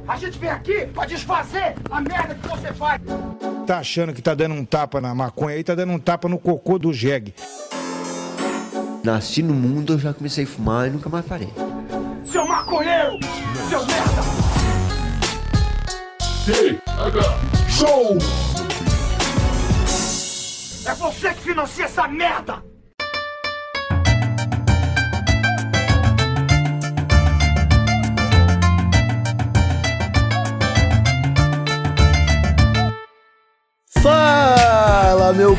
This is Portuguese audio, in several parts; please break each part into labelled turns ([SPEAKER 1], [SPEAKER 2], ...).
[SPEAKER 1] A gente vem aqui pra desfazer a merda que você faz.
[SPEAKER 2] Tá achando que tá dando um tapa na maconha aí, tá dando um tapa no cocô do jegue.
[SPEAKER 3] Nasci no mundo, eu já comecei a fumar e nunca mais parei.
[SPEAKER 1] Seu maconheiro! Seu merda!
[SPEAKER 4] Show!
[SPEAKER 1] É você que financia essa merda!
[SPEAKER 5] Fala, meu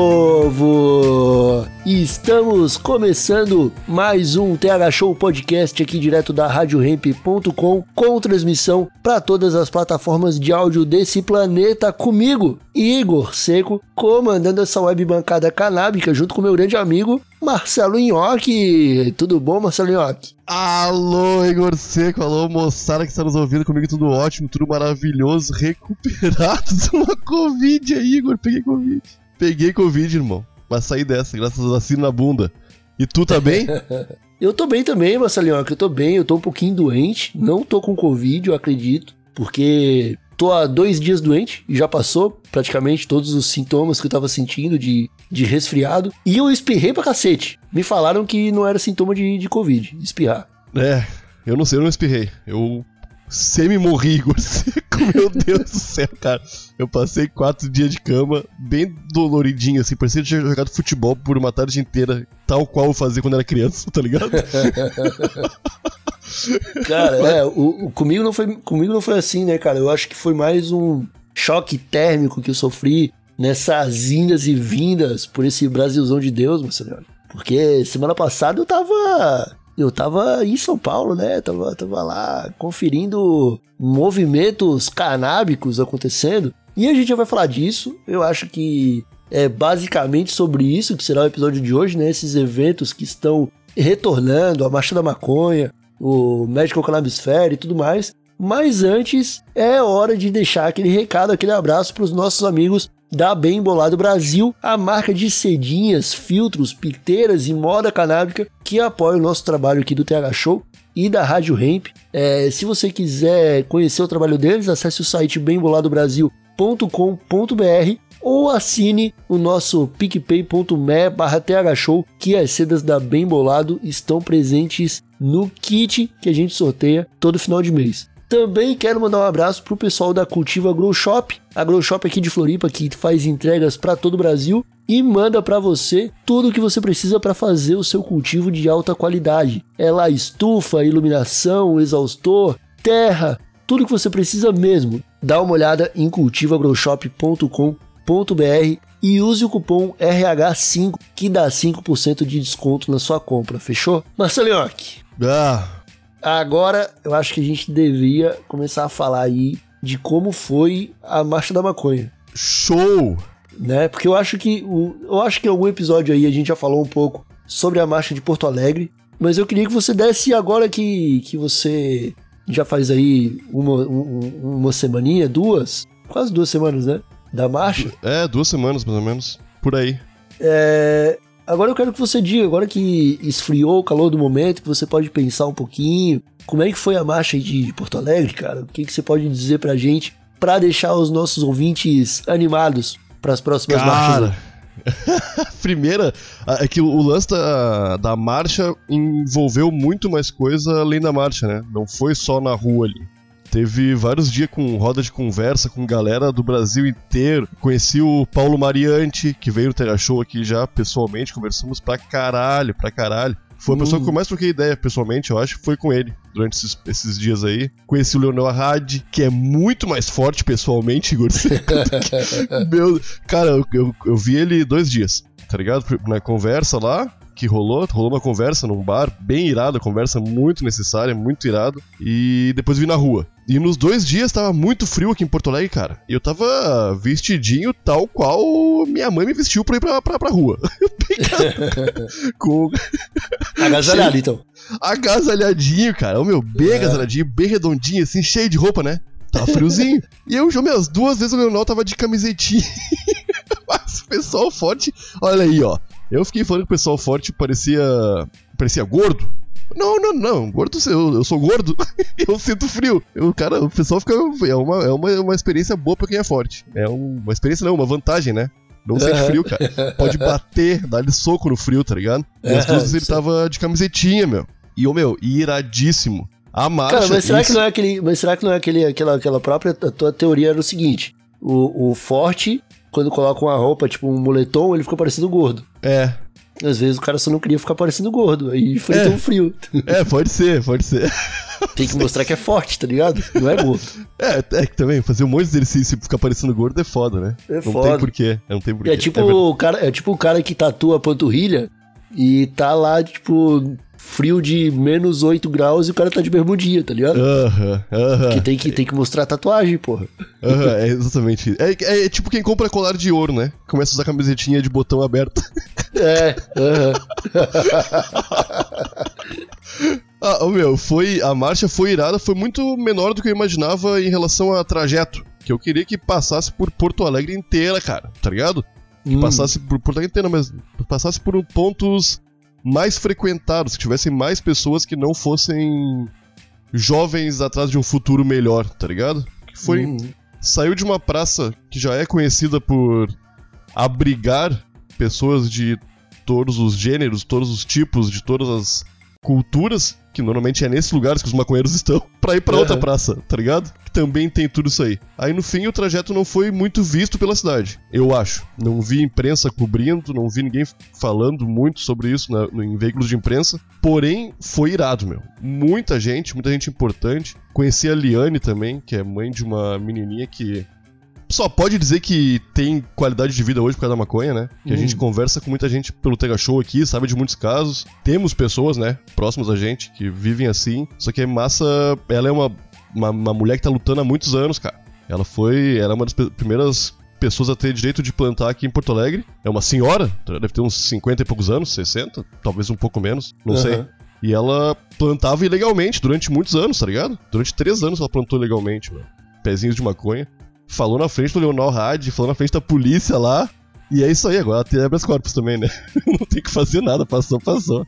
[SPEAKER 5] povo! Estamos começando mais um TH Show Podcast aqui direto da RadioRamp.com, com transmissão para todas as plataformas de áudio desse planeta, comigo, Igor Seco, comandando essa web bancada canábica junto com meu grande amigo Marcelo Nhoque. Tudo bom, Marcelo Nhoque?
[SPEAKER 6] Alô, Igor Seco, alô, moçada que está nos ouvindo, comigo tudo ótimo, tudo maravilhoso, recuperado de uma Covid aí, Igor, Peguei Covid, irmão, mas saí dessa, graças à vacina na bunda. E tu tá bem?
[SPEAKER 5] Eu tô bem também, Marcelo Nhoque, eu tô bem, eu tô um pouquinho doente, não tô com Covid, eu acredito, porque tô há 2 dias doente e já passou praticamente todos os sintomas que eu tava sentindo de resfriado. E eu espirrei pra cacete. Me falaram que não era sintoma de Covid, espirrar.
[SPEAKER 6] É, eu não sei, eu não espirrei. Eu semi-morri, Igor Seco, meu Deus do céu, cara. Eu passei 4 dias de cama, bem doloridinho, assim, parecia que tinha jogado futebol por uma tarde inteira, tal qual eu fazia quando era criança, tá ligado?
[SPEAKER 5] Cara, comigo não foi assim, né, cara? Eu acho que foi mais um choque térmico que eu sofri nessas indas e vindas por esse Brasilzão de Deus, Marcelo. Porque semana passada eu tava em São Paulo, né? Tava lá conferindo movimentos canábicos acontecendo. E a gente já vai falar disso. Eu acho que é basicamente sobre isso que será o episódio de hoje, né? Esses eventos que estão retornando, a Marcha da Maconha, o Medical Cannabis Fair e tudo mais. Mas antes, é hora de deixar aquele recado, aquele abraço para os nossos amigos da Bem Bolado Brasil, a marca de cedinhas, filtros, piteiras e moda canábica que apoia o nosso trabalho aqui do TH Show e da Rádio Ramp. Se você quiser conhecer o trabalho deles, acesse o site bemboladobrazil.com.br ou assine o nosso picpay.me/thshow, que as sedas da Bem Bolado estão presentes no kit que a gente sorteia todo final de mês. Também quero mandar um abraço pro pessoal da Cultiva Grow Shop, a Grow Shop aqui de Floripa, que faz entregas para todo o Brasil e manda para você tudo o que você precisa para fazer o seu cultivo de alta qualidade. É lá estufa, iluminação, exaustor, terra, tudo que você precisa mesmo. Dá uma olhada em cultivagrowshop.com.br e use o cupom RH5 que dá 5% de desconto na sua compra, fechou? Marcelo Nhoque. Agora eu acho que a gente deveria começar a falar aí de como foi a Marcha da Maconha.
[SPEAKER 6] Show!
[SPEAKER 5] Né? Porque eu acho que em algum episódio aí a gente já falou um pouco sobre a Marcha de Porto Alegre, mas eu queria que você desse agora que você já faz aí uma semaninha, quase 2 semanas, né? Da marcha.
[SPEAKER 6] 2 semanas mais ou menos, por aí.
[SPEAKER 5] Agora eu quero que você diga, agora que esfriou o calor do momento, que você pode pensar um pouquinho, como é que foi a marcha aí de Porto Alegre, cara? O que você pode dizer pra gente, pra deixar os nossos ouvintes animados pras próximas marchas? Né?
[SPEAKER 6] Primeira, é que o lance da marcha envolveu muito mais coisa além da marcha, né? Não foi só na rua ali. Teve vários dias com roda de conversa com galera do Brasil inteiro. Conheci o Paulo Mariante, que veio no TH Show aqui já pessoalmente. Conversamos pra caralho. Foi a pessoa que eu mais troquei ideia pessoalmente, eu acho que foi com ele durante esses dias aí. Conheci o Leonel Arrad, que é muito mais forte pessoalmente, Igor. Cara, eu vi ele 2 dias, tá ligado? Na conversa lá, que rolou uma conversa num bar, bem irada, conversa muito necessária, muito irado, e depois vi na rua. E nos 2 dias tava muito frio aqui em Porto Alegre, cara, e eu tava vestidinho tal qual minha mãe me vestiu pra ir pra rua. Com...
[SPEAKER 5] Agasalhado, então.
[SPEAKER 6] Agasalhadinho, cara, bem agasalhadinho, bem redondinho, assim, cheio de roupa, né? Tava friozinho. E eu, as 2 vezes o Leonel tava de camisetinha. Mas o pessoal forte, olha aí, ó. Eu fiquei falando que o pessoal forte parecia gordo. Não, gordo, eu sou gordo, eu sinto frio. O pessoal fica, é uma experiência boa pra quem é forte. É uma experiência não, uma vantagem, né? Não sente frio, cara. Pode bater, dar-lhe soco no frio, tá ligado? E as duas vezes ele tava de camisetinha, meu. E, iradíssimo. A marcha...
[SPEAKER 5] Cara, mas será que não é aquela própria... A tua teoria era o seguinte, o forte, quando coloca uma roupa, tipo um moletom, ele fica parecendo gordo.
[SPEAKER 6] É.
[SPEAKER 5] Às vezes o cara só não queria ficar parecendo gordo, aí enfrenta um frio.
[SPEAKER 6] Pode ser.
[SPEAKER 5] Tem que mostrar que é forte, tá ligado? Não é gordo.
[SPEAKER 6] É que também, fazer um monte de exercício e ficar parecendo gordo é foda, né? Não tem porquê.
[SPEAKER 5] É tipo o cara que tatua a panturrilha e tá lá, tipo, frio de menos 8 graus e o cara tá de bermudinha, tá ligado? Que tem que mostrar a tatuagem, porra.
[SPEAKER 6] É exatamente. É tipo quem compra colar de ouro, né? Começa a usar camisetinha de botão aberto. A marcha foi irada, foi muito menor do que eu imaginava em relação a trajeto. Que eu queria que passasse por Porto Alegre inteira, cara, tá ligado? Que passasse por Porto Alegre inteira, mas passasse por pontos mais frequentados, que tivessem mais pessoas que não fossem jovens atrás de um futuro melhor, tá ligado? Que foi... Saiu de uma praça que já é conhecida por abrigar pessoas de todos os gêneros, todos os tipos, de todas as culturas, que normalmente é nesses lugares que os maconheiros estão, pra ir pra outra praça, tá ligado? Que também tem tudo isso aí. Aí no fim o trajeto não foi muito visto pela cidade, eu acho. Não vi imprensa cobrindo, não vi ninguém falando muito sobre isso em veículos de imprensa, porém foi irado, meu. Muita gente importante. Conheci a Liane também, que é mãe de uma menininha que... só pode dizer que tem qualidade de vida hoje por causa da maconha, né? Que a gente conversa com muita gente pelo Tega Show aqui, sabe de muitos casos. Temos pessoas, né, próximas a gente, que vivem assim. Só que é massa... Ela é uma mulher que tá lutando há muitos anos, cara. Ela é uma das primeiras pessoas a ter direito de plantar aqui em Porto Alegre. É uma senhora, deve ter uns 50 e poucos anos, 60, talvez um pouco menos, não sei. E ela plantava ilegalmente durante muitos anos, tá ligado? Durante 3 anos ela plantou ilegalmente, meu. Pezinhos de maconha. Falou na frente do Leonel Hadi, falou na frente da polícia lá. E é isso aí, agora ela tem habeas corpus também, né? Não tem que fazer nada, passou.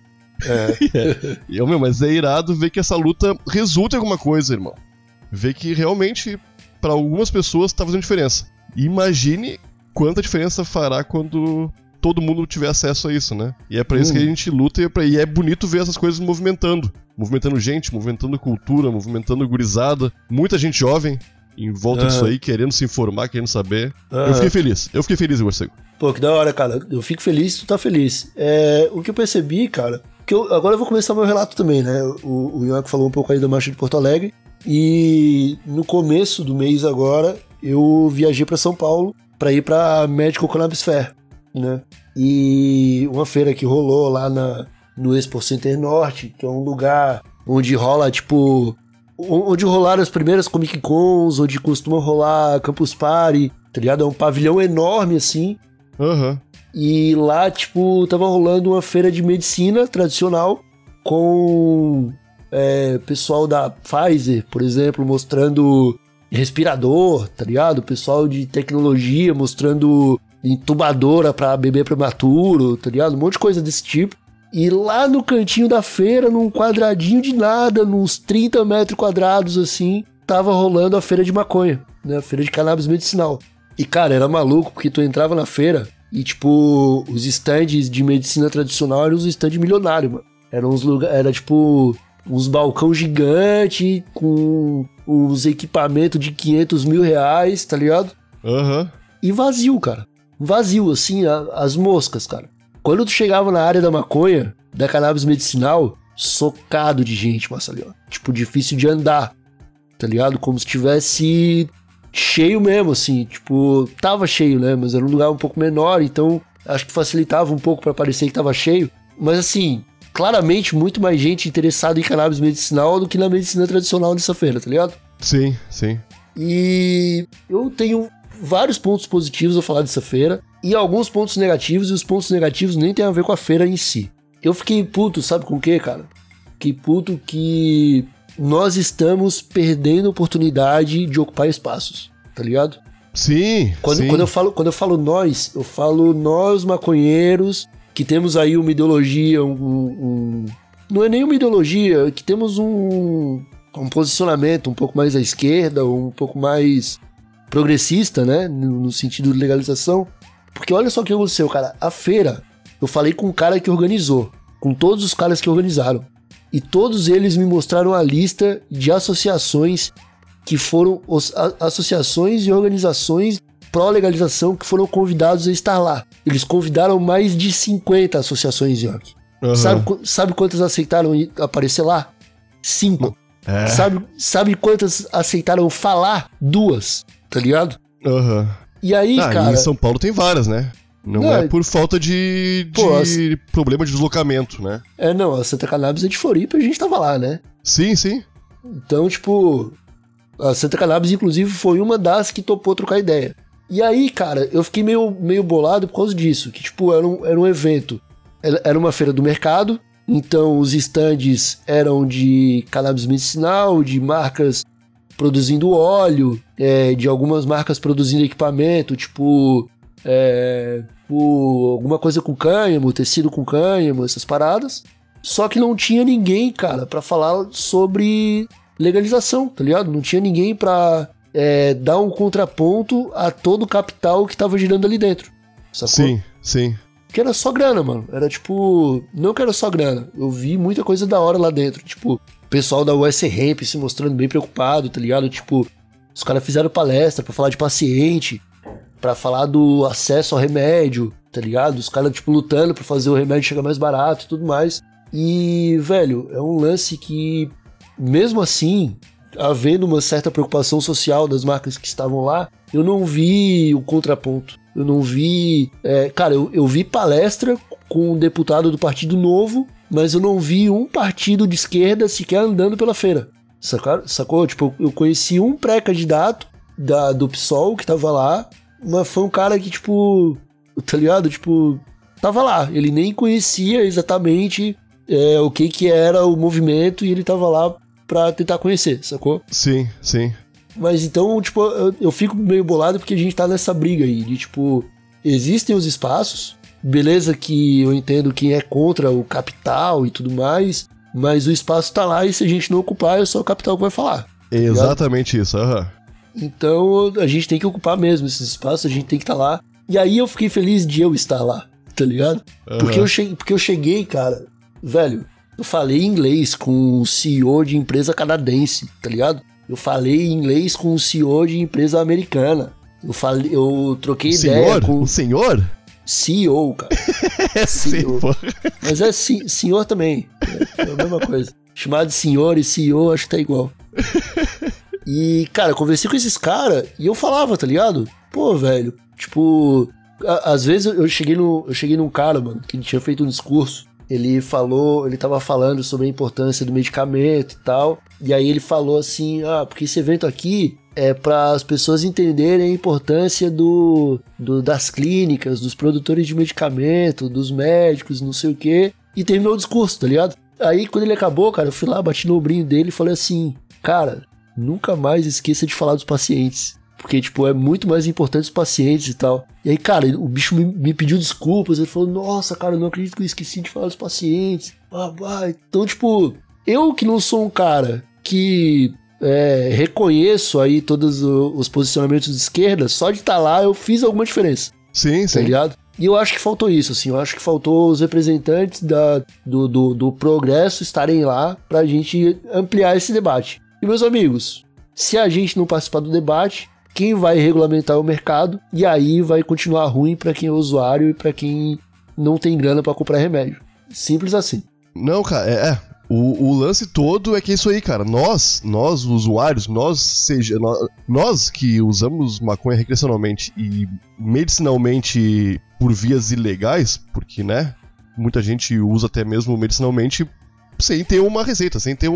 [SPEAKER 6] Mas é irado ver que essa luta resulta em alguma coisa, irmão. Ver que realmente, pra algumas pessoas, tá fazendo diferença. Imagine quanta diferença fará quando todo mundo tiver acesso a isso, né? E é pra isso que a gente luta e é bonito ver essas coisas movimentando. Movimentando gente, movimentando cultura, movimentando gurizada. Muita gente jovem em volta disso aí, querendo se informar, querendo saber. Eu fiquei feliz, Igor Seco.
[SPEAKER 5] Pô, que da hora, cara. Eu fico feliz, tu tá feliz. O que eu percebi, cara, agora eu vou começar meu relato também, né? O Ionco falou um pouco aí da Marcha de Porto Alegre, e no começo do mês agora, eu viajei pra São Paulo pra ir pra Medical Cannabis Fair, né? E uma feira que rolou lá no Expo Center Norte, que é um lugar onde rola, tipo... onde rolaram as primeiras Comic Cons, onde costuma rolar Campus Party, tá ligado? É um pavilhão enorme, assim. E lá, tipo, tava rolando uma feira de medicina tradicional com pessoal da Pfizer, por exemplo, mostrando respirador, tá ligado? Pessoal de tecnologia mostrando intubadora pra bebê prematuro, tá ligado? Um monte de coisa desse tipo. E lá no cantinho da feira, num quadradinho de nada, nos 30 metros quadrados, assim, tava rolando a feira de maconha, né? A feira de cannabis medicinal. E, cara, era maluco, porque tu entrava na feira e, tipo, os stands de medicina tradicional eram uns stands milionários, mano. Era, tipo, uns balcão gigante com uns equipamentos de 500 mil reais, tá ligado? E vazio, cara. Vazio, assim, as moscas, cara. Quando tu chegava na área da maconha, da cannabis medicinal, socado de gente, Marcelinho. Tipo, difícil de andar, tá ligado? Como se tivesse cheio mesmo, assim. Tipo, tava cheio, né? Mas era um lugar um pouco menor, então acho que facilitava um pouco pra parecer que tava cheio. Mas, assim, claramente muito mais gente interessada em cannabis medicinal do que na medicina tradicional dessa feira, tá ligado?
[SPEAKER 6] Sim, sim.
[SPEAKER 5] E eu tenho vários pontos positivos a falar dessa feira e alguns pontos negativos, e os pontos negativos nem tem a ver com a feira em si. Eu fiquei puto, sabe com o que, cara? Fiquei puto que nós estamos perdendo a oportunidade de ocupar espaços, tá ligado?
[SPEAKER 6] Sim, sim.
[SPEAKER 5] Quando eu falo nós, eu falo nós maconheiros, que temos aí uma ideologia, um não é nenhuma ideologia, que temos um posicionamento um pouco mais à esquerda, um pouco mais progressista, né, no sentido de legalização. Porque olha só o que aconteceu, cara. A feira, eu falei com um cara que organizou, com todos os caras que organizaram. E todos eles me mostraram a lista de associações que foram associações e organizações pró-legalização que foram convidados a estar lá. Eles convidaram mais de 50 associações, York. Uhum. Sabe quantas aceitaram aparecer lá? 5. É. Sabe quantas aceitaram falar? 2, tá ligado?
[SPEAKER 6] Aham.
[SPEAKER 5] E aí, cara...
[SPEAKER 6] em São Paulo tem várias, né? Não é por falta de problema de deslocamento, né?
[SPEAKER 5] Não, a Santa Cannabis é de Floripa e a gente tava lá, né?
[SPEAKER 6] Sim, sim.
[SPEAKER 5] Então, tipo, a Santa Cannabis, inclusive, foi uma das que topou trocar ideia. E aí, cara, eu fiquei meio bolado por causa disso, que, tipo, era um evento. Era uma feira do mercado, então os estandes eram de cannabis medicinal, de marcas produzindo óleo, de algumas marcas produzindo equipamento, tipo... alguma coisa com cânhamo, tecido com cânhamo, essas paradas. Só que não tinha ninguém, cara, pra falar sobre legalização, tá ligado? Não tinha ninguém pra dar um contraponto a todo o capital que tava girando ali dentro, sacou?
[SPEAKER 6] Sim, sim.
[SPEAKER 5] Que era só grana, mano. Era tipo... Não que era só grana. Eu vi muita coisa da hora lá dentro. Tipo, o pessoal da US Hemp se mostrando bem preocupado, tá ligado? Tipo, os caras fizeram palestra pra falar de paciente, pra falar do acesso ao remédio, tá ligado? Os caras, tipo, lutando pra fazer o remédio chegar mais barato e tudo mais. E, velho, é um lance que, mesmo assim, havendo uma certa preocupação social das marcas que estavam lá, eu não vi o contraponto. Eu não vi... cara, eu vi palestra com um deputado do Partido Novo, mas eu não vi um partido de esquerda sequer andando pela feira. Sacou? Tipo, eu conheci um pré-candidato do PSOL que tava lá, mas foi um cara que, tipo... Tá ligado? Tipo, tava lá. Ele nem conhecia exatamente o que era o movimento e ele tava lá pra tentar conhecer, sacou?
[SPEAKER 6] Sim, sim.
[SPEAKER 5] Mas então, tipo, eu fico meio bolado porque a gente tá nessa briga aí de, tipo, existem os espaços, beleza que eu entendo quem é contra o capital e tudo mais, mas o espaço tá lá e se a gente não ocupar, é só o capital que vai falar.
[SPEAKER 6] Exatamente isso, aham.
[SPEAKER 5] Então, a gente tem que ocupar mesmo esses espaços, a gente tem que estar lá. E aí eu fiquei feliz de eu estar lá, tá ligado? Uhum. Porque eu cheguei, cara, velho, eu falei inglês com o CEO de empresa canadense, tá ligado? Eu falei inglês com o CEO de empresa americana. Eu troquei ideia com...
[SPEAKER 6] O senhor?
[SPEAKER 5] CEO, cara. CEO. Mas senhor também. É a mesma coisa. Chamado de senhor e CEO, acho que tá igual. E, cara, eu conversei com esses caras e eu falava, tá ligado? Pô, velho, tipo... Às vezes eu cheguei num cara, mano, que ele tinha feito um discurso. Ele tava falando sobre a importância do medicamento e tal. E aí ele falou assim, porque esse evento aqui é para as pessoas entenderem a importância das clínicas, dos produtores de medicamento, dos médicos, não sei o quê. E terminou o discurso, tá ligado? Aí quando ele acabou, cara, eu fui lá, bati no ombrinho dele e falei assim, cara, nunca mais esqueça de falar dos pacientes. Porque, tipo, é muito mais importante os pacientes e tal. E aí, cara, o bicho me pediu desculpas. Ele falou, nossa, cara, eu não acredito que eu esqueci de falar dos pacientes. Então, tipo, eu que não sou um cara que reconheço aí todos os posicionamentos de esquerda, só de estar lá eu fiz alguma diferença.
[SPEAKER 6] Sim, sim.
[SPEAKER 5] Tá ligado? E eu acho que faltou isso, assim. Eu acho que faltou os representantes do progresso estarem lá pra gente ampliar esse debate. E, meus amigos, se a gente não participar do debate... Quem vai regulamentar o mercado e aí vai continuar ruim pra quem é usuário e pra quem não tem grana pra comprar remédio. Simples assim.
[SPEAKER 6] Não, cara, o lance todo é que é isso aí, cara. Nós usuários, nós que usamos maconha recreacionalmente e medicinalmente por vias ilegais, porque, né, muita gente usa até mesmo medicinalmente sem ter uma receita, sem ter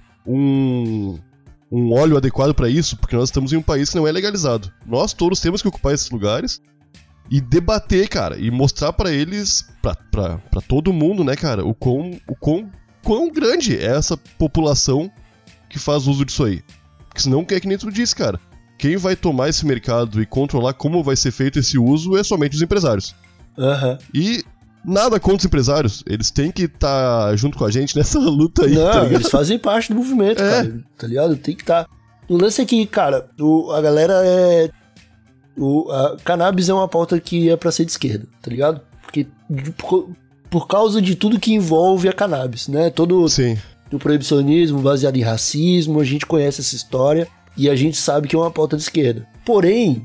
[SPEAKER 6] um óleo adequado pra isso, porque nós estamos em um país que não é legalizado. Nós todos temos que ocupar esses lugares e debater, cara, e mostrar pra eles, pra todo mundo, né, cara, o quão grande é essa população que faz uso disso aí. Porque senão, que nem tu disse, cara, quem vai tomar esse mercado e controlar como vai ser feito esse uso é somente os empresários.
[SPEAKER 5] Uhum.
[SPEAKER 6] E Nada contra os empresários. Eles têm que estar junto com a gente nessa luta aí.
[SPEAKER 5] Não,
[SPEAKER 6] tá ligado?
[SPEAKER 5] eles fazem parte do movimento, cara. Tá ligado? Tem que estar. O lance é que, cara, a galera é... a cannabis é uma pauta que é pra ser de esquerda, tá ligado? Porque por causa de tudo que envolve a cannabis, né? Todo
[SPEAKER 6] Sim.
[SPEAKER 5] o proibicionismo baseado em racismo, a gente conhece essa história e a gente sabe que é uma pauta de esquerda. Porém,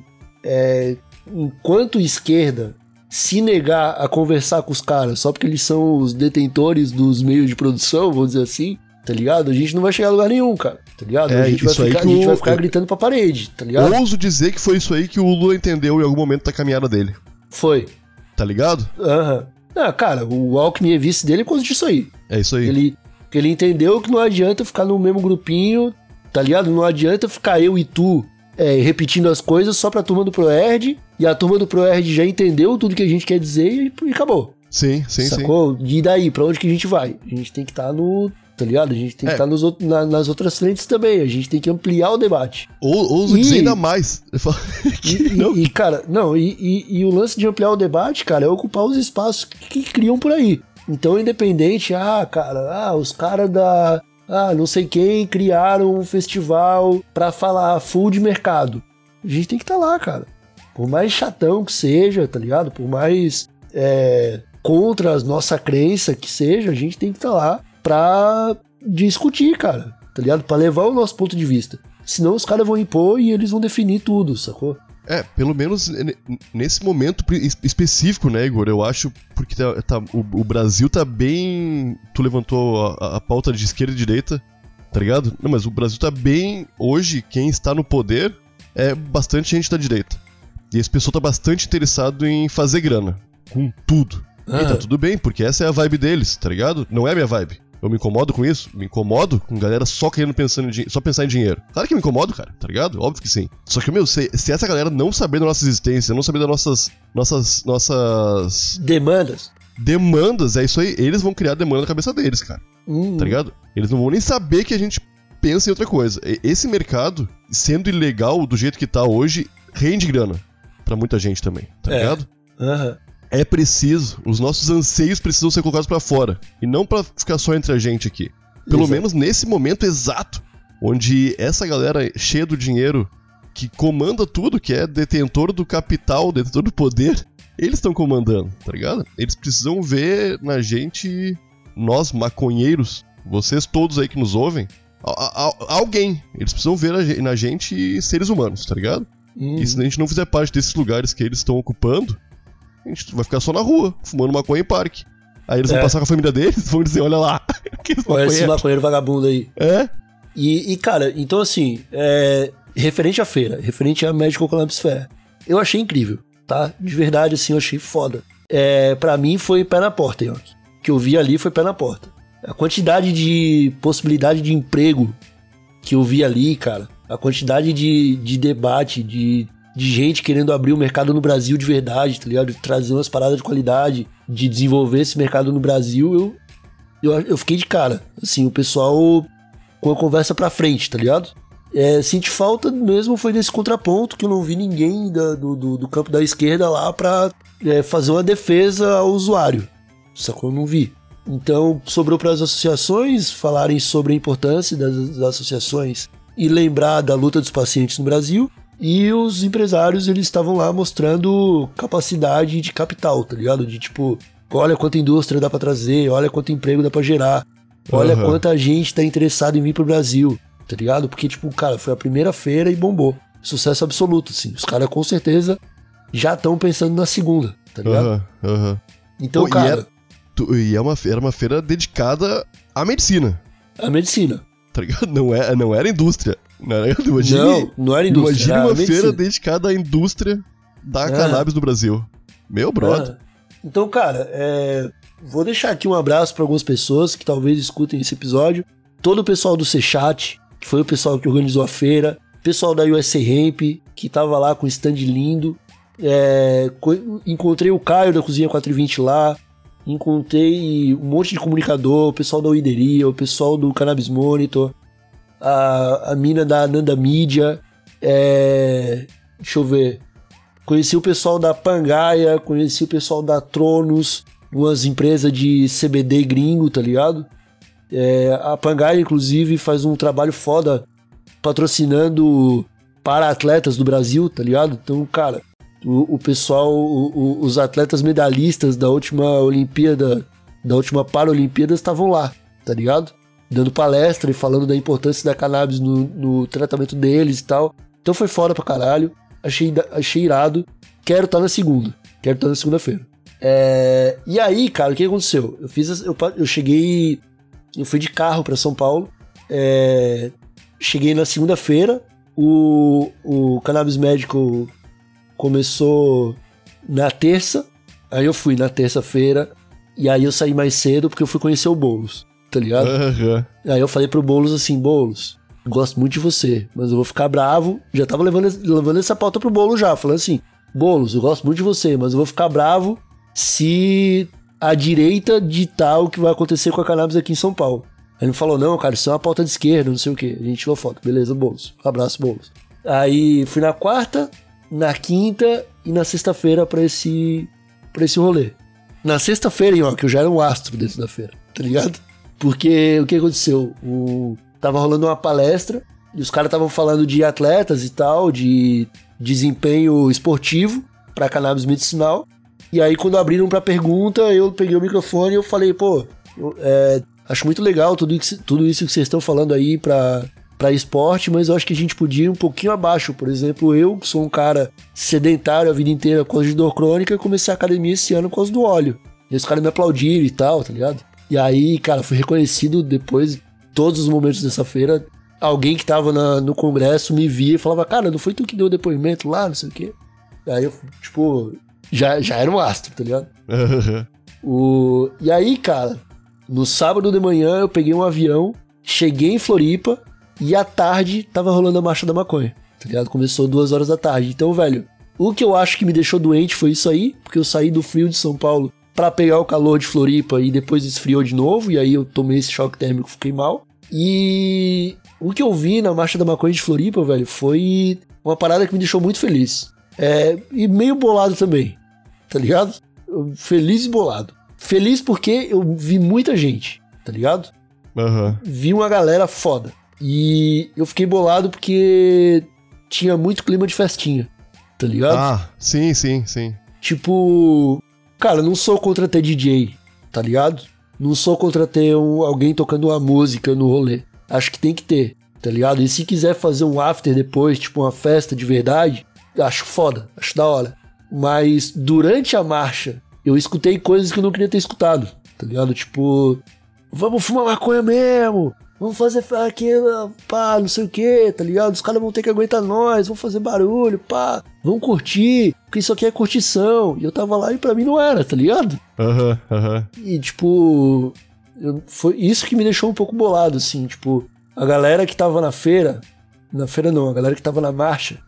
[SPEAKER 5] enquanto esquerda se negar a conversar com os caras só porque eles são os detentores dos meios de produção, vamos dizer assim, tá ligado? A gente não vai chegar a lugar nenhum, cara, tá ligado? A gente vai ficar gritando pra parede, tá ligado?
[SPEAKER 6] Ouso dizer que foi isso aí que o Lula entendeu em algum momento da caminhada dele.
[SPEAKER 5] Foi.
[SPEAKER 6] Tá ligado?
[SPEAKER 5] Aham. Ah, cara, o Alckmin é vice dele por causa disso aí.
[SPEAKER 6] É isso aí.
[SPEAKER 5] Ele entendeu que não adianta ficar no mesmo grupinho, tá ligado? Não adianta ficar eu e tu repetindo as coisas só pra turma do ProErd, e a turma do ProErd já entendeu tudo que a gente quer dizer e acabou.
[SPEAKER 6] Sim.
[SPEAKER 5] Sacou? E daí, pra onde que a gente vai? A gente tem que estar no... Tá ligado? A gente tem que estar nas outras frentes também. A gente tem que ampliar o debate.
[SPEAKER 6] Ouso dizer ainda mais.
[SPEAKER 5] Cara, o lance de ampliar o debate, cara, é ocupar os espaços que criam por aí. Então, independente, os caras da... não sei quem criaram um festival pra falar full de mercado. A gente tem que estar lá, cara. Por mais chatão que seja, tá ligado? Por mais contra a nossa crença que seja, a gente tem que estar lá pra discutir, cara, tá ligado? Pra levar o nosso ponto de vista. Senão os caras vão impor e eles vão definir tudo, sacou?
[SPEAKER 6] Pelo menos nesse momento específico, né, Igor? Eu acho, porque o Brasil tá bem... Tu levantou a pauta de esquerda e direita, tá ligado? Não, mas o Brasil tá bem... Hoje, quem está no poder é bastante gente da direita. E esse pessoal tá bastante interessado em fazer grana. Com tudo. E tá tudo bem, porque essa é a vibe deles, tá ligado? Não é a minha vibe. Eu me incomodo com isso? Me incomodo com galera só querendo só pensar em dinheiro. Claro que me incomodo, cara, tá ligado? Óbvio que sim. Só que, se essa galera não saber da nossa existência, não saber das nossas... Demandas, é isso aí. Eles vão criar demanda na cabeça deles, cara. Tá ligado? Eles não vão nem saber que a gente pensa em outra coisa. Esse mercado, sendo ilegal do jeito que tá hoje, rende grana pra muita gente também, tá ligado? É preciso, os nossos anseios precisam ser colocados pra fora, e não pra ficar só entre a gente aqui. Pelo menos nesse momento exato, onde essa galera cheia do dinheiro, que comanda tudo, que é detentor do capital, detentor do poder, eles estão comandando, tá ligado? Eles precisam ver na gente, nós maconheiros, vocês todos aí que nos ouvem, alguém. Eles precisam ver na gente seres humanos, tá ligado? E se a gente não fizer parte desses lugares que eles estão ocupando, a gente vai ficar só na rua, fumando maconha em parque. Aí eles vão passar com a família deles e vão dizer, olha lá.
[SPEAKER 5] Olha esse maconheiro vagabundo aí. E cara, então assim, referente à feira, referente à Medical Cannabis Fair, eu achei incrível, tá? De verdade, assim, eu achei foda. Pra mim foi pé na porta, York. O que eu vi ali foi pé na porta. A quantidade de possibilidade de emprego que eu vi ali, cara, a quantidade de debate, de gente querendo abrir o mercado no Brasil de verdade, tá ligado? De trazer umas paradas de qualidade, de desenvolver esse mercado no Brasil, eu fiquei de cara. Assim, o pessoal com a conversa pra frente, tá ligado? Senti falta mesmo foi desse contraponto, que eu não vi ninguém do campo da esquerda lá pra fazer uma defesa ao usuário. Sacou? Eu não vi. Então, sobrou para as associações falarem sobre a importância das associações e lembrar da luta dos pacientes no Brasil. E os empresários, eles estavam lá mostrando capacidade de capital, tá ligado? De tipo, olha quanta indústria dá pra trazer, olha quanto emprego dá pra gerar, olha quanta gente tá interessada em vir pro Brasil, tá ligado? Porque, tipo, cara, foi a primeira feira e bombou. Sucesso absoluto, assim. Os caras, com certeza, já estão pensando na segunda, tá ligado? Então, cara...
[SPEAKER 6] era uma feira dedicada à medicina.
[SPEAKER 5] À medicina.
[SPEAKER 6] Tá ligado? Não era indústria. Não era indústria. Imagina uma feira dedicada à indústria da cannabis do Brasil. Meu brother.
[SPEAKER 5] Então, cara, vou deixar aqui um abraço para algumas pessoas que talvez escutem esse episódio. Todo o pessoal do C-Chat, que foi o pessoal que organizou a feira. Pessoal da USA Hemp, que tava lá com um stand lindo. Encontrei o Caio da Cozinha 420 lá. Encontrei um monte de comunicador, o pessoal da Uideria, o pessoal do Cannabis Monitor, a mina da Ananda Mídia, deixa eu ver, conheci o pessoal da Pangaia, conheci o pessoal da Tronos, umas empresas de CBD gringo, tá ligado? A Pangaia, inclusive, faz um trabalho foda patrocinando para atletas do Brasil, tá ligado? Então, cara, o pessoal, os atletas medalhistas da última Olimpíada, da última Paralimpíadas estavam lá, tá ligado? Dando palestra e falando da importância da cannabis no tratamento deles e tal. Então foi foda pra caralho. Achei irado. Quero estar na segunda-feira. E aí, cara, o que aconteceu? Eu fui de carro pra São Paulo. Cheguei na segunda-feira. O Cannabis Medical começou na terça. Aí eu fui na terça-feira. E aí eu saí mais cedo porque eu fui conhecer o Boulos, tá ligado?
[SPEAKER 6] Uhum.
[SPEAKER 5] Aí eu falei pro Boulos assim: Boulos, gosto muito de você, mas eu vou ficar bravo. Já tava levando essa pauta pro Boulos já, falando assim: Boulos, eu gosto muito de você, mas eu vou ficar bravo se a direita ditar o que vai acontecer com a cannabis aqui em São Paulo. Aí ele falou: não, cara, isso é uma pauta de esquerda, não sei o que. A gente tirou foto. Beleza, Boulos. Abraço, Boulos. Aí fui na quarta, na quinta e na sexta-feira pra esse rolê. Na sexta-feira, ó, que eu já era um astro dentro da feira, tá ligado? Porque o que aconteceu? Tava rolando uma palestra e os caras estavam falando de atletas e tal, de desempenho esportivo pra cannabis medicinal. E aí, quando abriram pra pergunta, eu peguei o microfone e eu falei: pô, acho muito legal tudo isso que vocês estão falando aí pra esporte, mas eu acho que a gente podia ir um pouquinho abaixo. Por exemplo, eu, que sou um cara sedentário a vida inteira por causa de dor crônica, comecei a academia esse ano por causa do óleo. E os caras me aplaudiram e tal, tá ligado? E aí, cara, fui reconhecido depois, todos os momentos dessa feira. Alguém que tava no congresso me via e falava: cara, não foi tu que deu o depoimento lá, não sei o quê? Aí eu, tipo, já era um astro, tá ligado? E aí, cara, no sábado de manhã eu peguei um avião, cheguei em Floripa e à tarde tava rolando a Marcha da Maconha, tá ligado? Começou 2 horas da tarde. Então, velho, o que eu acho que me deixou doente foi isso aí, porque eu saí do frio de São Paulo pra pegar o calor de Floripa e depois esfriou de novo, e aí eu tomei esse choque térmico, fiquei mal. E o que eu vi na Marcha da Maconha de Floripa, velho, foi uma parada que me deixou muito feliz. E meio bolado também, tá ligado? Feliz e bolado. Feliz porque eu vi muita gente, tá ligado? Vi uma galera foda. E eu fiquei bolado porque tinha muito clima de festinha, tá ligado?
[SPEAKER 6] Ah, sim.
[SPEAKER 5] Tipo, cara, não sou contra ter DJ, tá ligado? Não sou contra ter alguém tocando uma música no rolê. Acho que tem que ter, tá ligado? E se quiser fazer um after depois, tipo uma festa de verdade, acho foda, acho da hora. Mas durante a marcha, eu escutei coisas que eu não queria ter escutado, tá ligado? Tipo, vamos fumar maconha mesmo, vamos fazer aquilo, pá, não sei o que, tá ligado? Os caras vão ter que aguentar nós, vamos fazer barulho, pá, vamos curtir, porque isso aqui é curtição. E eu tava lá e pra mim não era, tá ligado? E tipo, foi isso que me deixou um pouco bolado, assim, tipo, a galera que tava na feira não, a galera que tava na marcha,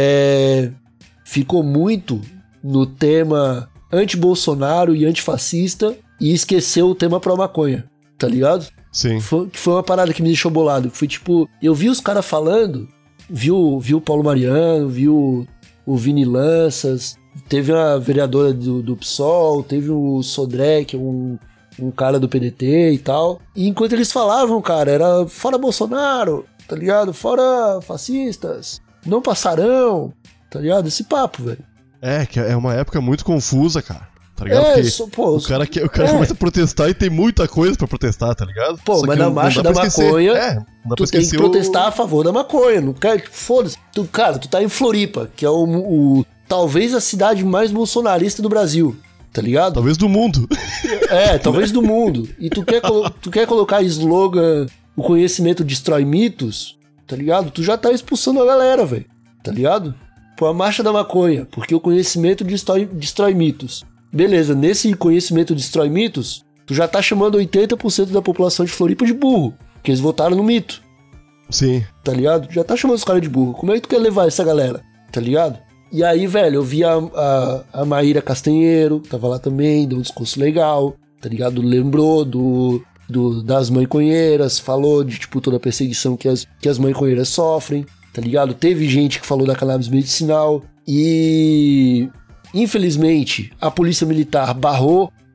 [SPEAKER 5] ficou muito no tema anti-Bolsonaro e antifascista e esqueceu o tema pró-maconha, tá ligado?
[SPEAKER 6] Sim.
[SPEAKER 5] Foi uma parada que me deixou bolado. Foi tipo, eu vi os caras falando, vi o Paulo Mariano, vi o Vini Lanças, teve a vereadora do PSOL, teve o Sodré, que é um cara do PDT e tal. E enquanto eles falavam, cara, era fora Bolsonaro, tá ligado? Fora fascistas, não passarão, tá ligado? Esse papo, velho.
[SPEAKER 6] Que é uma época muito confusa, cara. Tá ligado? O cara começa a protestar e tem muita coisa pra protestar, tá ligado?
[SPEAKER 5] Pô,
[SPEAKER 6] só
[SPEAKER 5] mas na marcha da maconha, tu tem que protestar a favor da maconha. Não quer, foda-se. Cara, tu tá em Floripa, que é talvez a cidade mais bolsonarista do Brasil, tá ligado?
[SPEAKER 6] Talvez do mundo.
[SPEAKER 5] Talvez do mundo. E tu quer colocar slogan, o conhecimento destrói mitos, tá ligado? Tu já tá expulsando a galera, velho, tá ligado? Pô, a marcha da maconha, porque o conhecimento destrói mitos. Beleza, nesse conhecimento destrói mitos, tu já tá chamando 80% da população de Floripa de burro, porque eles votaram no mito.
[SPEAKER 6] Sim.
[SPEAKER 5] Tá ligado? Já tá chamando os caras de burro. Como é que tu quer levar essa galera? Tá ligado? E aí, velho, eu vi a Maíra Castanheiro, tava lá também, deu um discurso legal, tá ligado? Lembrou das maconheiras, falou de, tipo, toda a perseguição que as maconheiras sofrem, tá ligado? Teve gente que falou da cannabis medicinal e... Infelizmente, a polícia militar barrou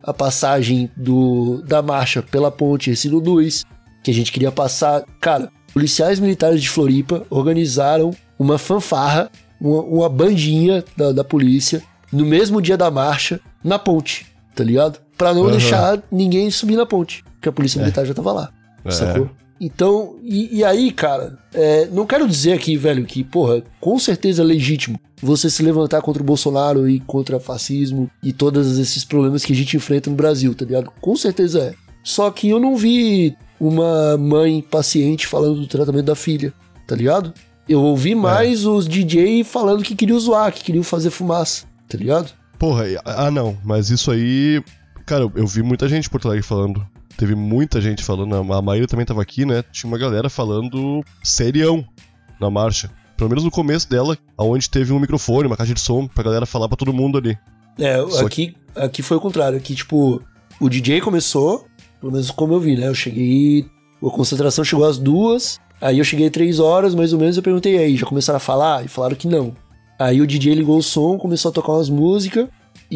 [SPEAKER 5] a passagem da marcha pela ponte Hercílio Luz, que a gente queria passar. Cara, policiais militares de Floripa organizaram uma fanfarra, uma bandinha da polícia, no mesmo dia da marcha, na ponte, tá ligado? Pra não deixar ninguém subir na ponte, porque a polícia militar já tava lá, sacou? Então, e aí, cara, não quero dizer aqui, velho, que, porra, com certeza é legítimo você se levantar contra o Bolsonaro e contra o fascismo e todos esses problemas que a gente enfrenta no Brasil, tá ligado? Com certeza é. Só que eu não vi uma mãe paciente falando do tratamento da filha, tá ligado? Eu ouvi mais os DJ falando que queriam zoar, que queriam fazer fumaça, tá ligado?
[SPEAKER 6] Porra, não, mas isso aí... Cara, eu vi muita gente em Porto Alegre falando. Teve muita gente falando, a Maíra também tava aqui, né? Tinha uma galera falando serião na marcha. Pelo menos no começo dela, onde teve um microfone, uma caixa de som, pra galera falar pra todo mundo ali.
[SPEAKER 5] Aqui foi o contrário. Aqui, tipo, o DJ começou, pelo menos como eu vi, né? Eu cheguei... A concentração chegou às 2, aí eu cheguei 3 horas, mais ou menos, eu perguntei, aí, já começaram a falar? E falaram que não. Aí o DJ ligou o som, começou a tocar umas músicas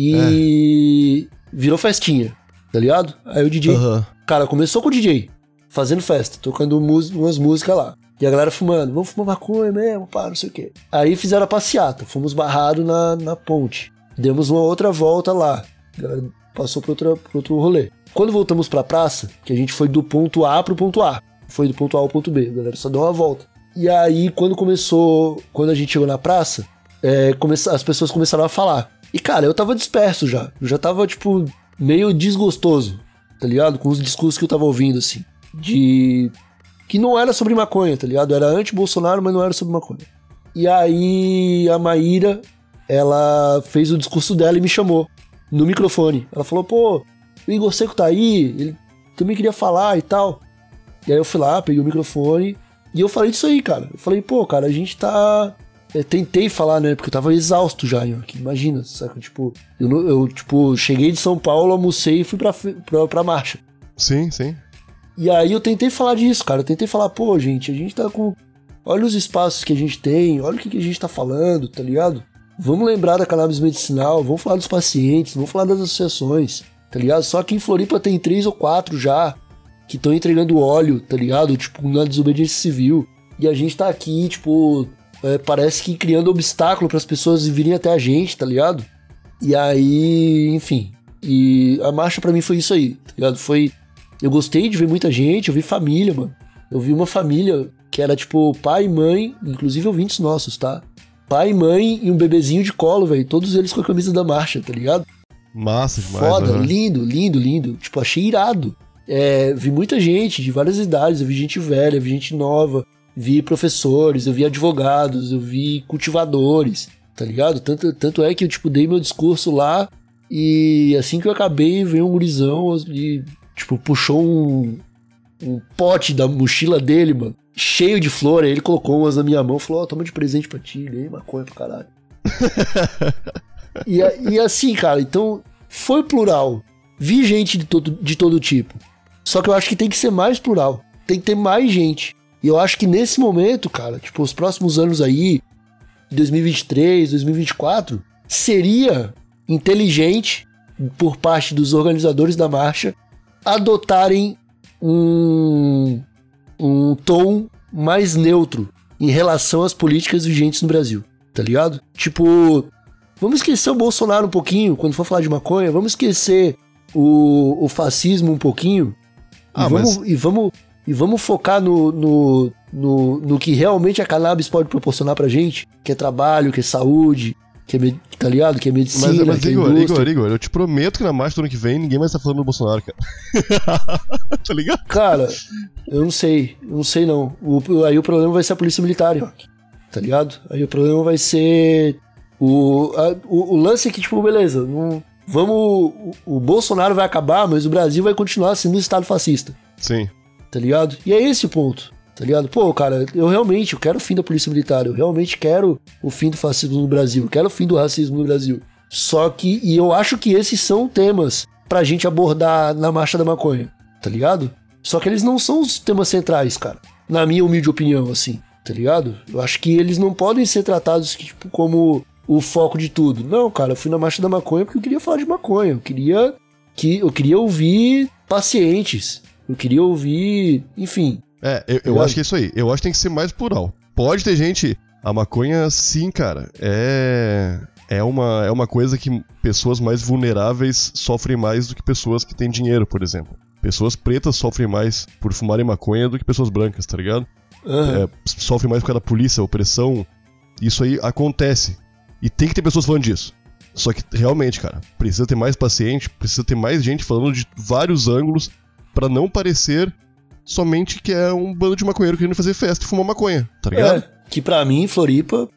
[SPEAKER 5] e virou festinha, tá ligado? Aí o DJ... Cara, começou com o DJ, fazendo festa, tocando umas músicas lá. E a galera fumando, vamos fumar maconha mesmo, pá, não sei o quê. Aí fizeram a passeata, fomos barrados na ponte. Demos uma outra volta lá. A galera passou pro outro rolê. Quando voltamos pra praça, que a gente foi do ponto A pro ponto A. Foi do ponto A ao ponto B, a galera só deu uma volta. E aí, quando a gente chegou na praça, as pessoas começaram a falar. E, cara, eu tava disperso já. Eu já tava, tipo, meio desgostoso, tá ligado? Com os discursos que eu tava ouvindo, assim. Que não era sobre maconha, tá ligado? Era anti-Bolsonaro, mas não era sobre maconha. E aí, a Maíra, ela fez o discurso dela e me chamou no microfone. Ela falou, pô, o Igor Seco tá aí, ele também queria falar e tal. E aí eu fui lá, peguei o microfone e eu falei disso aí, cara. Eu falei, pô, cara, a gente tá... tentei falar, né? Porque eu tava exausto já, imagina, saca? Tipo, eu cheguei de São Paulo, almocei e fui pra marcha.
[SPEAKER 6] Sim, sim.
[SPEAKER 5] E aí eu tentei falar disso, cara. Eu tentei falar, pô, gente, a gente tá com... Olha os espaços que a gente tem, olha o que a gente tá falando, tá ligado? Vamos lembrar da cannabis medicinal, vamos falar dos pacientes, vamos falar das associações, tá ligado? Só que em Floripa tem 3 ou 4 já que estão entregando óleo, tá ligado? Tipo, na desobediência civil. E a gente tá aqui, tipo... parece que criando obstáculo para as pessoas virem até a gente, tá ligado? E aí, enfim. E a marcha pra mim foi isso aí, tá ligado? Eu gostei de ver muita gente, eu vi família, mano. Eu vi uma família que era tipo pai e mãe, inclusive ouvintes nossos, tá? Pai, mãe e um bebezinho de colo, velho. Todos eles com a camisa da marcha, tá ligado?
[SPEAKER 6] Massa demais.
[SPEAKER 5] Foda, lindo. Tipo, achei irado. Vi muita gente de várias idades, eu vi gente velha, vi gente nova. Vi professores, eu vi advogados, eu vi cultivadores, tá ligado? Tanto é que eu, tipo, dei meu discurso lá e assim que eu acabei, veio um gurizão e, tipo, puxou um pote da mochila dele, mano, cheio de flor, aí ele colocou umas na minha mão e falou, toma de presente pra ti, ganhei maconha pro caralho. e assim, cara, então, foi plural. Vi gente de todo tipo. Só que eu acho que tem que ser mais plural. Tem que ter mais gente. E eu acho que nesse momento, cara, tipo, os próximos anos aí, 2023, 2024, seria inteligente por parte dos organizadores da marcha adotarem um tom mais neutro em relação às políticas vigentes no Brasil, tá ligado? Tipo, vamos esquecer o Bolsonaro um pouquinho, quando for falar de maconha, vamos esquecer o fascismo um pouquinho e vamos focar no que realmente a cannabis pode proporcionar pra gente, que é trabalho, que é saúde, que é, tá ligado? Que é medicina,
[SPEAKER 6] mas
[SPEAKER 5] que é
[SPEAKER 6] Igor,
[SPEAKER 5] indústria.
[SPEAKER 6] Igor, eu te prometo que na marcha do ano que vem ninguém mais tá falando do Bolsonaro, cara. Tá ligado?
[SPEAKER 5] Cara, eu não sei não. Aí o problema vai ser a polícia militar, ó, tá ligado? Aí o problema vai ser o lance é que, tipo, beleza, o Bolsonaro vai acabar, mas o Brasil vai continuar sendo um estado fascista.
[SPEAKER 6] Sim.
[SPEAKER 5] Tá ligado? E é esse o ponto, tá ligado? Pô, cara, eu quero o fim da polícia militar, eu realmente quero o fim do fascismo no Brasil, eu quero o fim do racismo no Brasil. Só que, e eu acho que esses são temas pra gente abordar na Marcha da Maconha, tá ligado? Só que eles não são os temas centrais, cara, na minha humilde opinião, assim, tá ligado? Eu acho que eles não podem ser tratados, tipo, como o foco de tudo. Não, cara, eu fui na Marcha da Maconha porque eu queria falar de maconha, eu queria que eu queria ouvir pacientes. Eu queria ouvir, enfim.
[SPEAKER 6] Eu acho que é isso aí. Eu acho que tem que ser mais plural. Pode ter gente... A maconha, sim, cara, é uma coisa que pessoas mais vulneráveis sofrem mais do que pessoas que têm dinheiro, por exemplo. Pessoas pretas sofrem mais por fumarem maconha do que pessoas brancas, tá ligado? Sofrem mais por causa da polícia, opressão. Isso aí acontece. E tem que ter pessoas falando disso. Só que, realmente, cara, precisa ter mais paciente, precisa ter mais gente falando de vários ângulos pra não parecer somente que é um bando de maconheiro querendo fazer festa e fumar maconha, tá ligado?
[SPEAKER 5] Que pra mim, Floripa,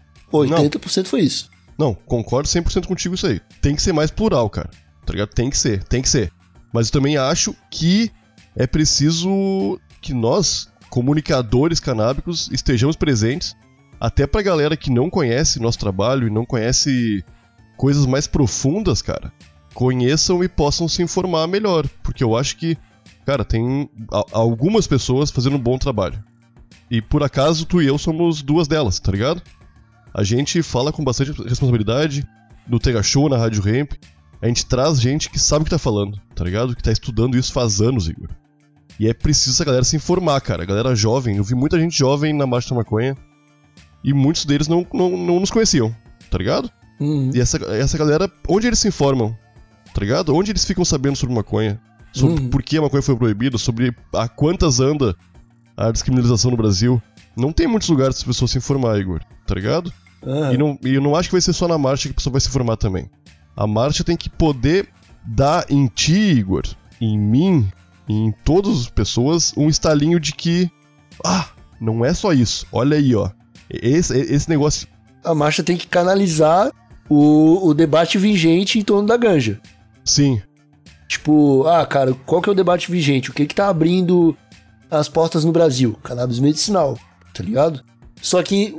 [SPEAKER 5] 80% foi isso.
[SPEAKER 6] Não, concordo 100% contigo isso aí. Tem que ser mais plural, cara. Tá ligado? Tem que ser. Mas eu também acho que é preciso que nós, comunicadores canábicos, estejamos presentes, até pra galera que não conhece nosso trabalho e não conhece coisas mais profundas, cara, conheçam e possam se informar melhor. Porque eu acho que, cara, tem algumas pessoas fazendo um bom trabalho. E por acaso tu e eu somos duas delas, tá ligado? A gente fala com bastante responsabilidade no Tega Show, na Rádio Ramp. A gente traz gente que sabe o que tá falando, tá ligado? Que tá estudando isso faz anos, Igor. E é preciso essa galera se informar, cara. A galera jovem, eu vi muita gente jovem na Marcha da Maconha e muitos deles não nos conheciam, tá ligado? E essa galera, onde eles se informam, tá ligado? Onde eles ficam sabendo sobre maconha, sobre por que a maconha foi proibida, sobre a quantas anda a descriminalização no Brasil. Não tem muitos lugares para as pessoas se informar, Igor, tá ligado? E eu não acho que vai ser só na marcha que a pessoa vai se informar também. A marcha tem que poder dar em ti, Igor, em mim, em todas as pessoas, um estalinho de que... não é só isso. Olha aí, ó. Esse negócio...
[SPEAKER 5] A marcha tem que canalizar o debate vigente em torno da ganja.
[SPEAKER 6] Sim.
[SPEAKER 5] Tipo, cara, qual que é o debate vigente? O que tá abrindo as portas no Brasil? Cannabis medicinal, tá ligado? Só que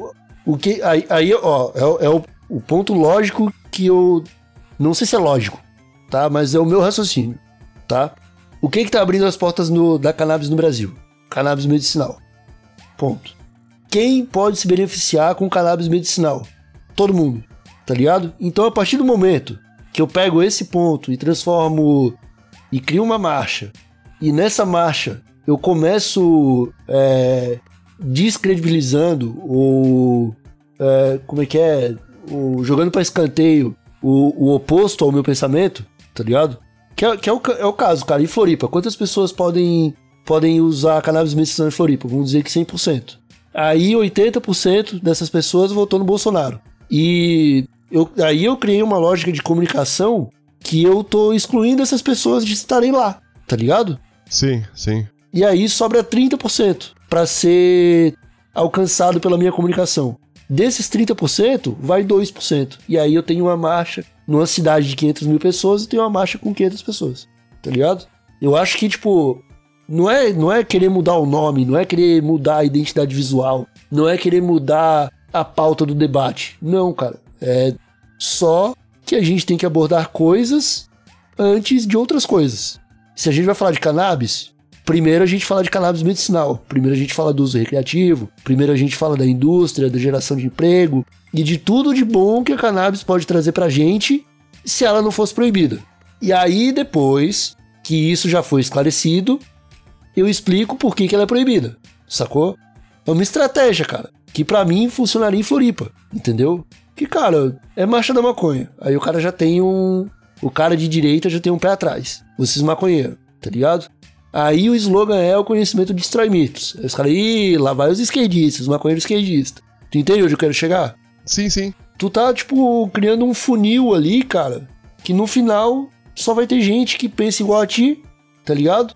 [SPEAKER 5] aí é o ponto lógico que eu não sei se é lógico, tá? Mas é o meu raciocínio, tá? O que tá abrindo as portas da cannabis no Brasil? Cannabis medicinal. Ponto. Quem pode se beneficiar com cannabis medicinal? Todo mundo, tá ligado? Então, a partir do momento que eu pego esse ponto e transformo e crio uma marcha, e nessa marcha eu começo descredibilizando ou jogando para escanteio o oposto ao meu pensamento, tá ligado? Que é o caso, cara. Em Floripa, quantas pessoas podem usar cannabis medicinal em Floripa? Vamos dizer que 100%. Aí 80% dessas pessoas votou no Bolsonaro. E aí eu criei uma lógica de comunicação que eu tô excluindo essas pessoas de estarem lá, tá ligado?
[SPEAKER 6] Sim, sim.
[SPEAKER 5] E aí sobra 30% para ser alcançado pela minha comunicação. Desses 30%, vai 2%. E aí eu tenho uma marcha numa cidade de 500 mil pessoas e tenho uma marcha com 500 pessoas, tá ligado? Eu acho que, tipo, não é querer mudar o nome, não é querer mudar a identidade visual, não é querer mudar a pauta do debate. Não, cara. É só que a gente tem que abordar coisas antes de outras coisas. Se a gente vai falar de cannabis, primeiro a gente fala de cannabis medicinal, primeiro a gente fala do uso recreativo, primeiro a gente fala da indústria, da geração de emprego e de tudo de bom que a cannabis pode trazer pra gente se ela não fosse proibida. E aí, depois que isso já foi esclarecido, eu explico por que ela é proibida, sacou? É uma estratégia, cara, que pra mim funcionaria em Floripa, entendeu? Que, cara, é marcha da maconha. Aí o cara já tem o cara de direita já tem um pé atrás. Vocês maconheiros, tá ligado? Aí o slogan é o conhecimento destrói mitos. Aí os caras, lá vai os esquerdistas, os maconheiros esquerdistas. Tu entende onde eu quero chegar?
[SPEAKER 6] Sim, sim.
[SPEAKER 5] Tu tá, tipo, criando um funil ali, cara, que no final só vai ter gente que pensa igual a ti, tá ligado?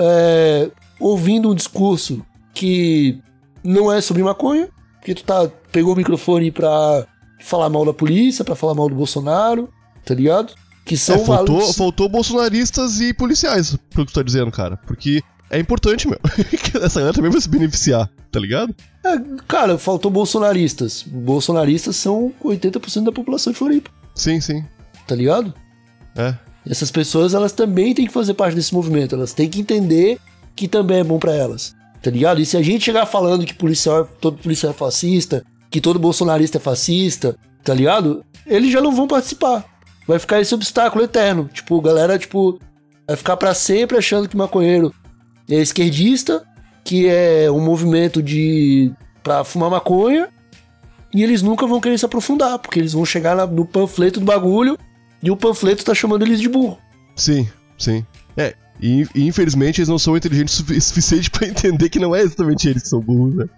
[SPEAKER 5] Ouvindo um discurso que não é sobre maconha, porque tu pegou o microfone pra falar mal da polícia, pra falar mal do Bolsonaro, tá ligado? Que são
[SPEAKER 6] faltou bolsonaristas e policiais, pelo que tu tá dizendo, cara. Porque é importante, meu. Essa galera também vai se beneficiar, tá ligado?
[SPEAKER 5] Cara, faltou bolsonaristas. Bolsonaristas são 80% da população de Floripa.
[SPEAKER 6] Sim, sim.
[SPEAKER 5] Tá ligado? Essas pessoas, elas também têm que fazer parte desse movimento. Elas têm que entender que também é bom pra elas. Tá ligado? E se a gente chegar falando que todo policial é fascista, que todo bolsonarista é fascista, tá ligado? Eles já não vão participar. vai ficar esse obstáculo eterno. Tipo, a galera, tipo, vai ficar pra sempre achando que maconheiro é esquerdista, que é um movimento pra fumar maconha, e eles nunca vão querer se aprofundar, porque eles vão chegar no panfleto do bagulho, e o panfleto tá chamando eles de burro.
[SPEAKER 6] Sim. E infelizmente eles não são inteligentes o suficiente pra entender que não é exatamente eles que são burros, né?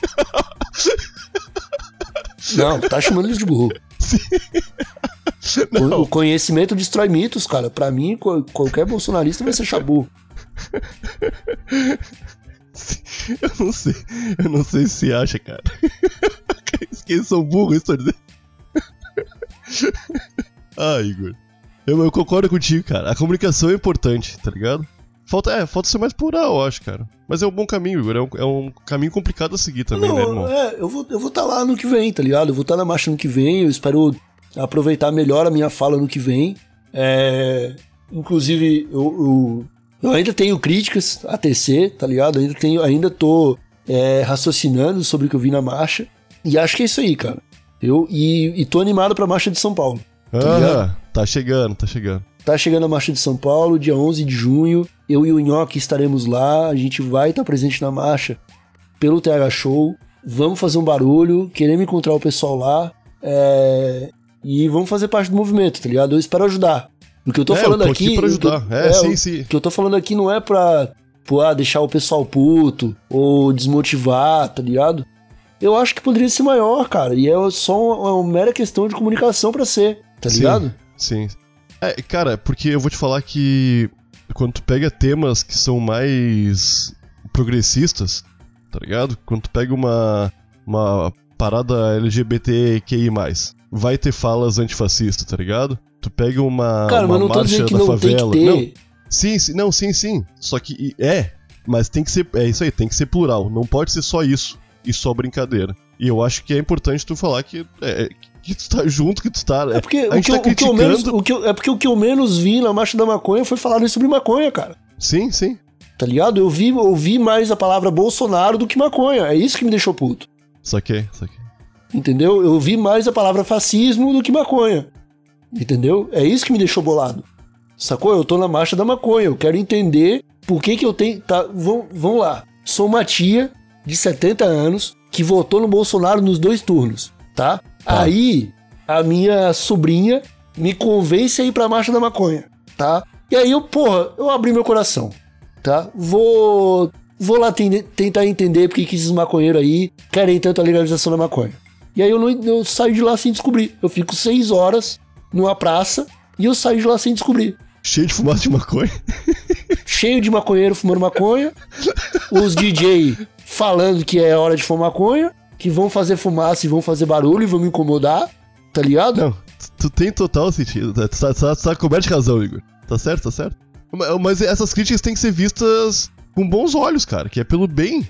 [SPEAKER 5] Não, tá chamando eles de burro. O conhecimento destrói mitos, cara. Pra mim, qualquer bolsonarista vai ser chabu.
[SPEAKER 6] Eu não sei se acha, cara. Que eles são burros, isso tô dizendo. Igor. Eu concordo contigo, cara. A comunicação é importante, tá ligado? Falta ser mais plural, eu acho, cara. Mas é um bom caminho, Igor. É um caminho complicado a seguir também, né, irmão?
[SPEAKER 5] Eu vou estar lá no que vem, tá ligado? Eu vou estar na marcha no que vem. Eu espero aproveitar melhor a minha fala no que vem. Inclusive, eu ainda tenho críticas a tecer, tá ligado? Ainda tô raciocinando sobre o que eu vi na marcha. E acho que é isso aí, cara. E tô animado pra marcha de São Paulo.
[SPEAKER 6] Tá chegando.
[SPEAKER 5] Tá chegando a marcha de São Paulo, dia 11 de junho. Eu e o Nhoque estaremos lá. A gente vai estar presente na marcha pelo TH Show. Vamos fazer um barulho. Queremos encontrar o pessoal lá. E vamos fazer parte do movimento, tá ligado? Eu espero ajudar. O que eu tô falando aqui...
[SPEAKER 6] pra ajudar. Sim.
[SPEAKER 5] O que eu tô falando aqui não é pra deixar o pessoal puto ou desmotivar, tá ligado? Eu acho que poderia ser maior, cara. E é só uma mera questão de comunicação pra ser, tá ligado?
[SPEAKER 6] Sim. Cara, porque eu vou te falar que quando tu pega temas que são mais progressistas, tá ligado? Quando tu pega uma parada LGBTQI+, vai ter falas antifascistas, tá ligado? Tu pega uma
[SPEAKER 5] mas não tô dizendo que não
[SPEAKER 6] favela.
[SPEAKER 5] Tem que ter.
[SPEAKER 6] Não, sim. Só que mas tem que ser, isso aí, tem que ser plural. Não pode ser só isso e só brincadeira. E eu acho que é importante tu falar que tu tá junto, que tu tá...
[SPEAKER 5] porque o que eu menos vi na Marcha da Maconha foi falar sobre maconha, cara.
[SPEAKER 6] Sim.
[SPEAKER 5] Tá ligado? Eu ouvi mais a palavra Bolsonaro do que maconha. É isso que me deixou puto.
[SPEAKER 6] Saquei.
[SPEAKER 5] Entendeu? Eu ouvi mais a palavra fascismo do que maconha. Entendeu? É isso que me deixou bolado. Sacou? Eu tô na Marcha da Maconha. Eu quero entender por que eu tenho... Tá, vamos lá. Sou uma tia de 70 anos que votou no Bolsonaro nos 2 turnos, tá? Aí, a minha sobrinha me convence a ir pra Marcha da Maconha, tá? E aí eu abri meu coração, tá? Vou lá tentar entender por que esses maconheiros aí querem tanto a legalização da maconha. E aí eu saio de lá sem descobrir. Eu fico 6 horas numa praça e eu saio de lá sem descobrir.
[SPEAKER 6] Cheio de fumaça de maconha.
[SPEAKER 5] Cheio de maconheiro fumando maconha. Os DJ falando que é hora de fumar maconha, que vão fazer fumaça e vão fazer barulho e vão me incomodar, tá ligado?
[SPEAKER 6] Não, tu tem total sentido. Tu tá coberto de razão, Igor. Tá certo. Mas essas críticas têm que ser vistas com bons olhos, cara, que é pelo bem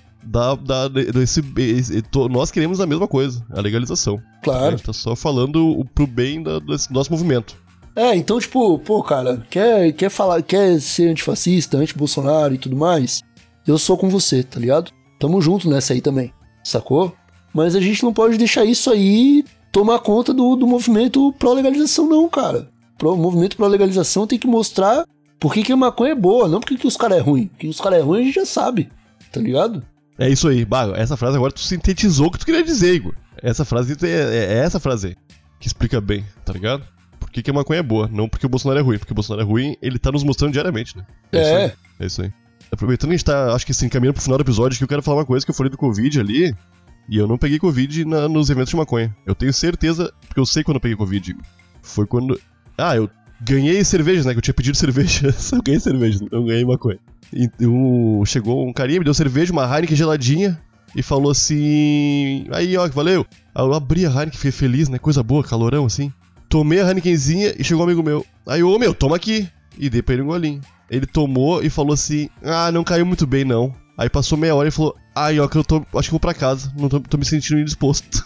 [SPEAKER 6] nós queremos a mesma coisa, a legalização.
[SPEAKER 5] Claro.
[SPEAKER 6] A gente tá só falando pro bem desse nosso movimento.
[SPEAKER 5] Então, tipo, cara, quer ser antifascista, anti-Bolsonaro e tudo mais? Eu sou com você, tá ligado? Tamo junto nessa aí também, sacou? Mas a gente não pode deixar isso aí tomar conta do movimento pró-legalização, não, cara. O movimento pró-legalização tem que mostrar por que a maconha é boa, não porque os caras é ruim. Porque os caras é ruim a gente já sabe, tá ligado?
[SPEAKER 6] É isso aí, essa frase agora tu sintetizou o que tu queria dizer, Igor. Essa frase é essa frase aí que explica bem, tá ligado? Por que a maconha é boa, não porque o Bolsonaro é ruim. Porque o Bolsonaro é ruim, ele tá nos mostrando diariamente, né? É isso aí. Aproveitando que a gente tá, acho que assim, caminhando pro final do episódio, que eu quero falar uma coisa que eu falei do Covid ali, e eu não peguei Covid nos eventos de maconha. Eu tenho certeza, porque eu sei quando eu peguei Covid. Foi quando... eu ganhei cerveja, né? Que eu tinha pedido cerveja. Eu ganhei cerveja, não ganhei maconha. Então, chegou um carinha, me deu cerveja, uma Heineken geladinha, e falou assim... Aí, ó, valeu. Aí eu abri a Heineken, fiquei feliz, né? Coisa boa, calorão, assim. Tomei a Heinekenzinha e chegou um amigo meu. Aí, toma aqui. E dei pra ele um golinho. Ele tomou e falou assim, não caiu muito bem, não. Aí passou meia hora e falou, ó, que eu acho que vou pra casa, não tô me sentindo indisposto.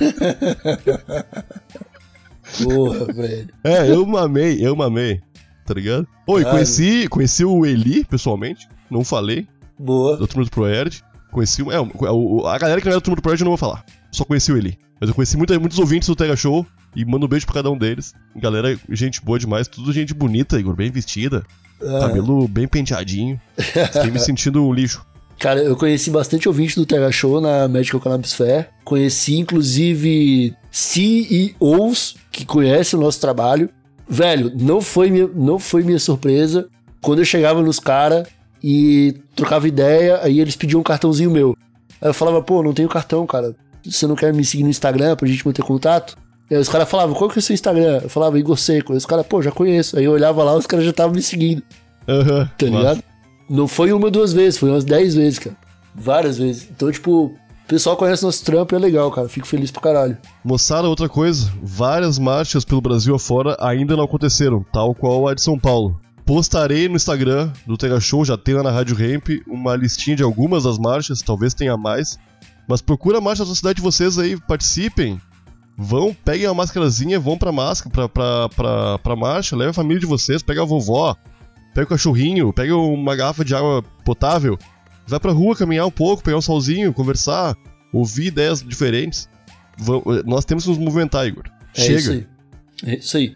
[SPEAKER 5] Porra, velho.
[SPEAKER 6] Eu mamei, tá ligado? E conheci o Eli, pessoalmente, não falei.
[SPEAKER 5] Boa.
[SPEAKER 6] Da turma do ProErd. Conheci, a galera que não era da turma do ProErd eu não vou falar. Só conheci o Eli. Mas eu conheci muitos ouvintes do Tega Show e mando um beijo pra cada um deles. Galera, gente boa demais, tudo gente bonita, Igor, bem vestida. Cabelo bem penteadinho. Fiquei me sentindo um lixo.
[SPEAKER 5] Cara, eu conheci bastante ouvinte do Tega Show na Medical Cannabis Fair. Conheci, inclusive, CEOs que conhecem o nosso trabalho. Velho, não foi minha surpresa quando eu chegava nos caras e trocava ideia, aí eles pediam um cartãozinho meu. Aí eu falava, pô, não tenho cartão, cara. Você não quer me seguir no Instagram pra gente manter contato? Aí os caras falavam, qual que é o seu Instagram? Eu falava, Igor Seco. Aí os caras, pô, já conheço. Aí eu olhava lá, os caras já estavam me seguindo. Tá ligado? Não foi uma ou duas vezes, foi umas 10 vezes, cara. Várias vezes. Então, tipo, o pessoal conhece nosso trampo e é legal, cara. Fico feliz pra caralho.
[SPEAKER 6] Moçada, outra coisa. Várias marchas pelo Brasil afora ainda não aconteceram, tal qual a de São Paulo. Postarei no Instagram do Tega Show, já tem lá na Rádio Hemp, uma listinha de algumas das marchas, talvez tenha mais. Mas procura a marcha da cidade de vocês aí, participem. Vão, peguem a máscarazinha, vão pra marcha, levem a família de vocês, pega a vovó, pega o cachorrinho, pega uma garrafa de água potável, vai pra rua caminhar um pouco, pegar um solzinho, conversar, ouvir ideias diferentes. Nós temos que nos movimentar, Igor. Chega.
[SPEAKER 5] É isso aí.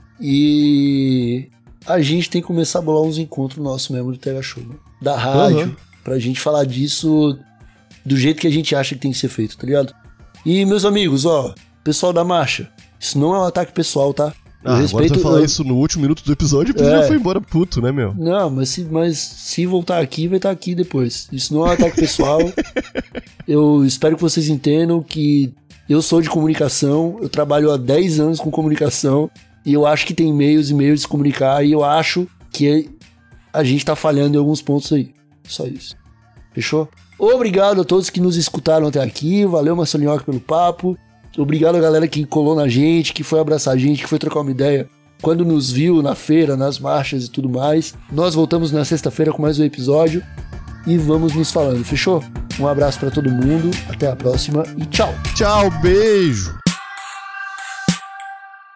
[SPEAKER 5] E a gente tem que começar a bolar uns encontros nossos mesmo do Tega Show, né? Da rádio, pra gente falar disso do jeito que a gente acha que tem que ser feito, tá ligado? E, meus amigos, ó, pessoal da marcha, isso não é um ataque pessoal, tá?
[SPEAKER 6] Eu respeito, agora tu falar isso no último minuto do episódio, porque já foi embora puto, né, meu?
[SPEAKER 5] Não, mas se voltar aqui, vai estar aqui depois. Isso não é um ataque pessoal. Eu espero que vocês entendam que eu sou de comunicação, eu trabalho há 10 anos com comunicação, e eu acho que tem meios e meios de se comunicar, e eu acho que a gente tá falhando em alguns pontos aí. Só isso. Fechou? Obrigado a todos que nos escutaram até aqui, valeu Marcelinhoca pelo papo. Obrigado a galera que colou na gente, que foi abraçar a gente, que foi trocar uma ideia quando nos viu na feira, nas marchas e tudo mais. Nós voltamos na sexta-feira com mais um episódio e vamos nos falando, fechou? Um abraço pra todo mundo, até a próxima e tchau!
[SPEAKER 6] Tchau, beijo!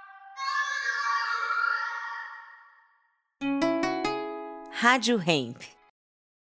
[SPEAKER 7] Rádio Hemp.